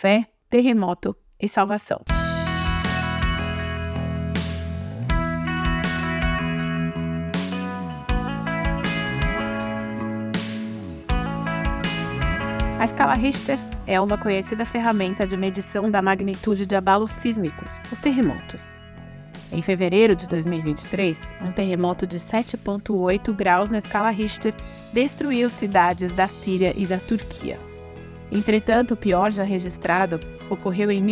fé, terremoto e salvação. A escala Richter é uma conhecida ferramenta de medição da magnitude de abalos sísmicos, os terremotos. Em fevereiro de 2023, um terremoto de 7,8 graus na escala Richter destruiu cidades da Síria e da Turquia. Entretanto, o pior já registrado ocorreu em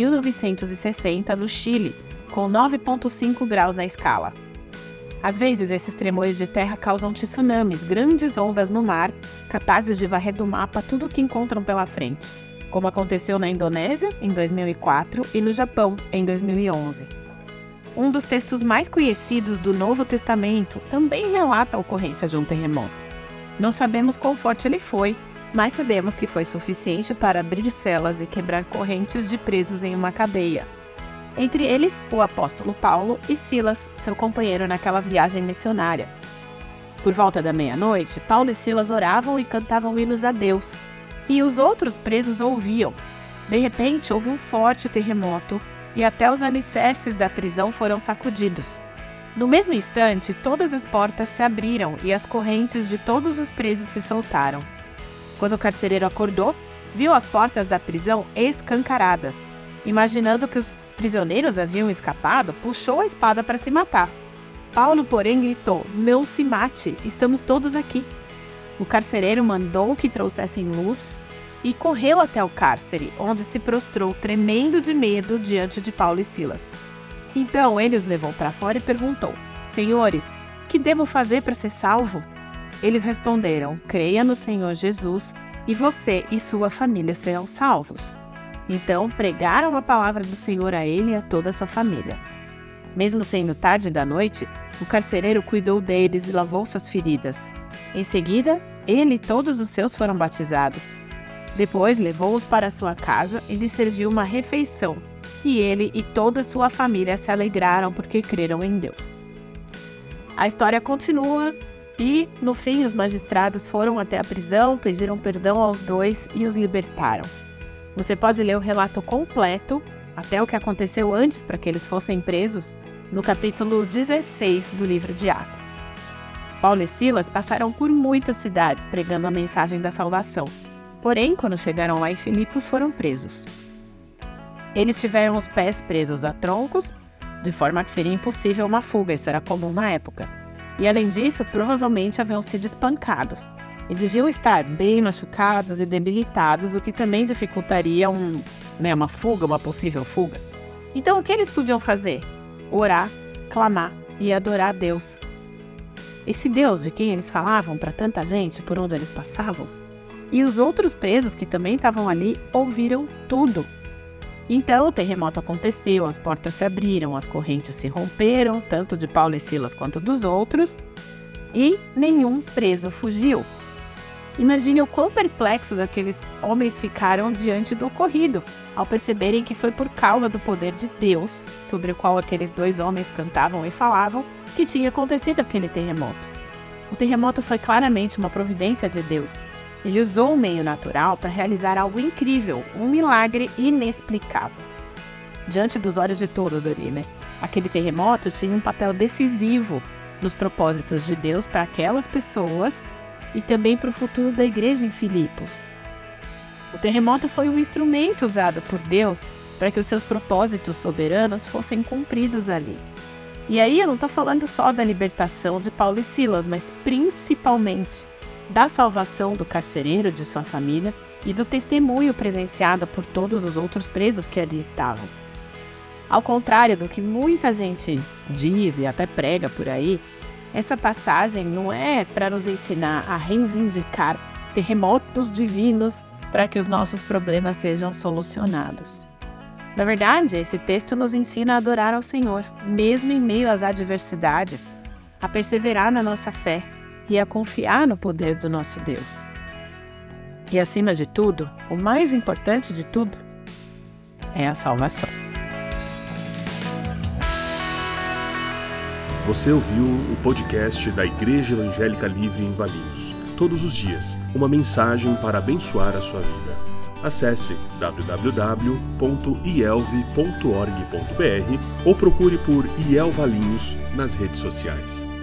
1960 no Chile, com 9,5 graus na escala. Às vezes, esses tremores de terra causam tsunamis, grandes ondas no mar, capazes de varrer do mapa tudo o que encontram pela frente, como aconteceu na Indonésia, em 2004, e no Japão, em 2011. Um dos textos mais conhecidos do Novo Testamento também relata a ocorrência de um terremoto. Não sabemos quão forte ele foi, mas sabemos que foi suficiente para abrir celas e quebrar correntes de presos em uma cadeia. Entre eles, o apóstolo Paulo e Silas, seu companheiro naquela viagem missionária. Por volta da meia-noite, Paulo e Silas oravam e cantavam hinos a Deus, e os outros presos ouviam. De repente, houve um forte terremoto, e até os alicerces da prisão foram sacudidos. No mesmo instante, todas as portas se abriram e as correntes de todos os presos se soltaram. Quando o carcereiro acordou, viu as portas da prisão escancaradas. Imaginando que os prisioneiros haviam escapado, puxou a espada para se matar. Paulo, porém, gritou: "Não se mate, estamos todos aqui." O carcereiro mandou que trouxessem luz e correu até o cárcere, onde se prostrou tremendo de medo diante de Paulo e Silas. Então ele os levou para fora e perguntou: "Senhores, que devo fazer para ser salvo?" Eles responderam: "Creia no Senhor Jesus e você e sua família serão salvos." Então pregaram a palavra do Senhor a ele e a toda a sua família. Mesmo sendo tarde da noite, o carcereiro cuidou deles e lavou suas feridas. Em seguida, ele e todos os seus foram batizados. Depois levou-os para sua casa e lhes serviu uma refeição, e ele e toda a sua família se alegraram porque creram em Deus. A história continua e, no fim, os magistrados foram até a prisão, pediram perdão aos dois e os libertaram. Você pode ler o relato completo, até o que aconteceu antes para que eles fossem presos, no capítulo 16 do livro de Atos. Paulo e Silas passaram por muitas cidades pregando a mensagem da salvação. Porém, quando chegaram lá em Filipos, foram presos. Eles tiveram os pés presos a troncos, de forma que seria impossível uma fuga, isso era comum na época. E além disso, provavelmente haviam sido espancados. E deviam estar bem machucados e debilitados, o que também dificultaria uma fuga, uma possível fuga. Então, o que eles podiam fazer? Orar, clamar e adorar a Deus. Esse Deus de quem eles falavam para tanta gente por onde eles passavam. E os outros presos que também estavam ali ouviram tudo. Então, o terremoto aconteceu, as portas se abriram, as correntes se romperam, tanto de Paulo e Silas quanto dos outros, e nenhum preso fugiu. Imagine o quão perplexos aqueles homens ficaram diante do ocorrido, ao perceberem que foi por causa do poder de Deus, sobre o qual aqueles dois homens cantavam e falavam, que tinha acontecido aquele terremoto. O terremoto foi claramente uma providência de Deus. Ele usou o meio natural para realizar algo incrível, um milagre inexplicável. Diante dos olhos de todos ali, Aquele terremoto tinha um papel decisivo nos propósitos de Deus para aquelas pessoas e também para o futuro da igreja em Filipos. O terremoto foi um instrumento usado por Deus para que os seus propósitos soberanos fossem cumpridos ali. E aí eu não estou falando só da libertação de Paulo e Silas, mas principalmente da salvação do carcereiro, de sua família, e do testemunho presenciado por todos os outros presos que ali estavam. Ao contrário do que muita gente diz e até prega por aí, essa passagem não é para nos ensinar a reivindicar terremotos divinos para que os nossos problemas sejam solucionados. Na verdade, esse texto nos ensina a adorar ao Senhor, mesmo em meio às adversidades, a perseverar na nossa fé e a confiar no poder do nosso Deus. E acima de tudo, o mais importante de tudo, é a salvação. Você ouviu o podcast da Igreja Evangélica Livre em Valinhos. Todos os dias, uma mensagem para abençoar a sua vida. Acesse www.ielve.org.br ou procure por IEL Valinhos nas redes sociais.